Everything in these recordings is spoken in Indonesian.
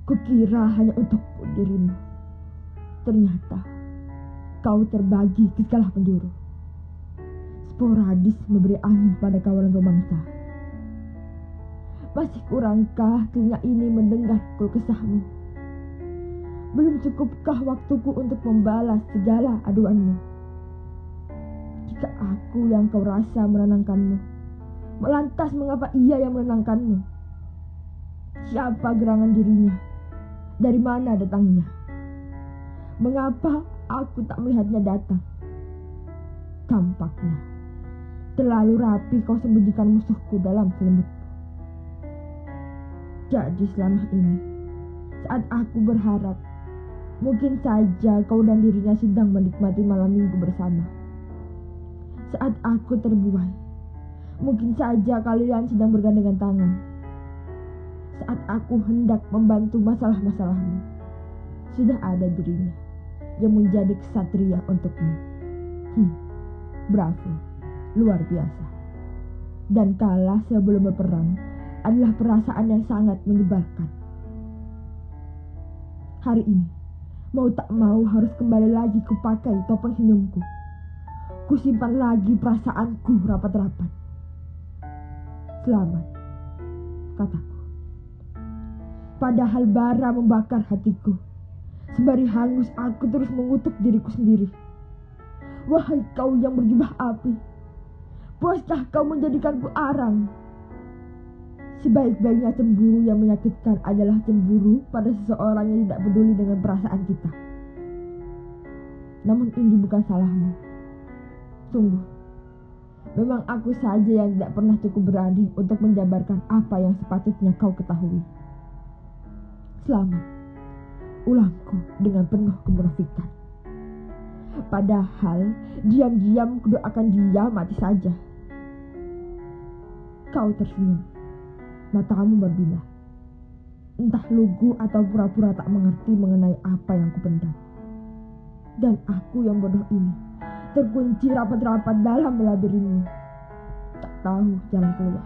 Kukira hanya untukku dirimu. Ternyata kau terbagi ke segala penjuru. Sporadis memberi angin pada kawalan pemangsa. Masih kurangkah telinga ini mendengar keluh kesahmu? Belum cukupkah waktuku untuk membalas segala aduanmu? Jika aku yang kau rasa menenangkanmu, lantas mengapa ia yang menenangkanmu? Siapa gerangan dirinya? Dari mana datangnya? Mengapa aku tak melihatnya datang? Tampaknya terlalu rapi kau sembunyikan musuhku dalam selimut. Jadi selama ini, saat aku berharap, mungkin saja kau dan dirinya sedang menikmati malam minggu bersama. Saat aku terbuai, mungkin saja kalian sedang bergandengan tangan. Saat aku hendak membantu masalah-masalahmu, sudah ada dirinya yang menjadi ksatria untukmu. Bravo, luar biasa. Dan kalah sebelum berperang adalah perasaan yang sangat menyebalkan. Hari ini, mau tak mau harus kembali lagi kupakai topeng senyumku. Kusimpan lagi perasaanku rapat-rapat. Selamat, kataku. Padahal bara membakar hatiku. Sembari hangus aku terus mengutuk diriku sendiri. Wahai kau yang berjubah api, puaskah kau menjadikanku arang? Sebaik-baiknya cemburu yang menyakitkan adalah cemburu pada seseorang yang tidak peduli dengan perasaan kita. Namun ini bukan salahmu. Sungguh, memang aku saja yang tidak pernah cukup berani untuk menjabarkan apa yang sepatutnya kau ketahui. Selamat, ulangku dengan penuh kemunafikan. Padahal diam-diam kudoakan dia mati saja. Kau tersenyum, matamu berbinar. Entah lugu atau pura-pura tak mengerti mengenai apa yang kupendam. Dan aku yang bodoh ini terkunci rapat-rapat dalam labirinmu, tak tahu jalan keluar.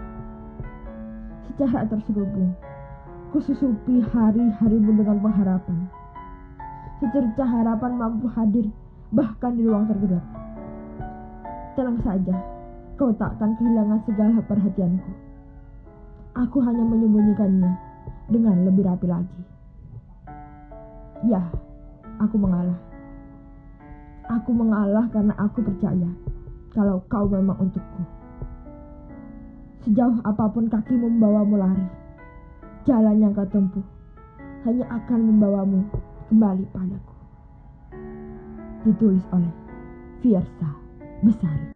Secara terselubung, kususupi hari-harimu dengan pengharapan. Secerca harapan mampu hadir bahkan di ruang tergelap. Tenang saja, kau takkan kehilangan segala perhatianku. Aku hanya menyembunyikannya dengan lebih rapi lagi. Ya, aku mengalah. Aku mengalah karena aku percaya kalau kau memang untukku. Sejauh apapun kakimu membawamu lari, jalan yang kau tempuh hanya akan membawamu kembali padaku. Ditulis oleh Fiersa Besari.